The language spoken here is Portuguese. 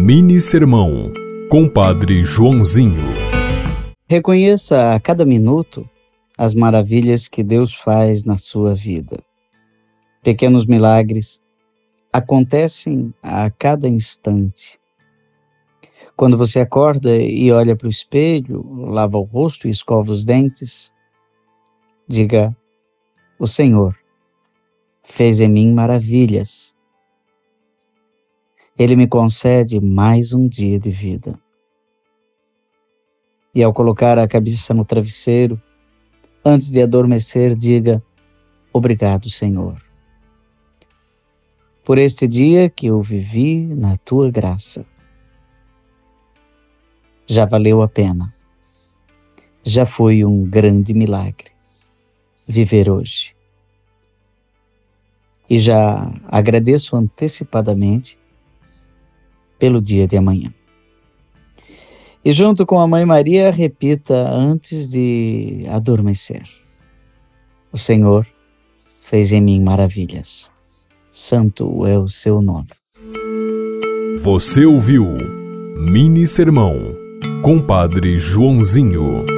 Mini Sermão, Compadre Joãozinho. Reconheça a cada minuto as maravilhas que Deus faz na sua vida. Pequenos milagres acontecem a cada instante. Quando você acorda e olha para o espelho, lava o rosto e escova os dentes, diga: o Senhor fez em mim maravilhas. Ele me concede mais um dia de vida. E ao colocar a cabeça no travesseiro, antes de adormecer, diga: obrigado, Senhor, por este dia que eu vivi na tua graça. Já valeu a pena. Já foi um grande milagre viver hoje. E já agradeço antecipadamente pelo dia de amanhã. E junto com a Mãe Maria, repita antes de adormecer: o Senhor fez em mim maravilhas. Santo é o seu nome. Você ouviu Mini Sermão, Compadre Joãozinho.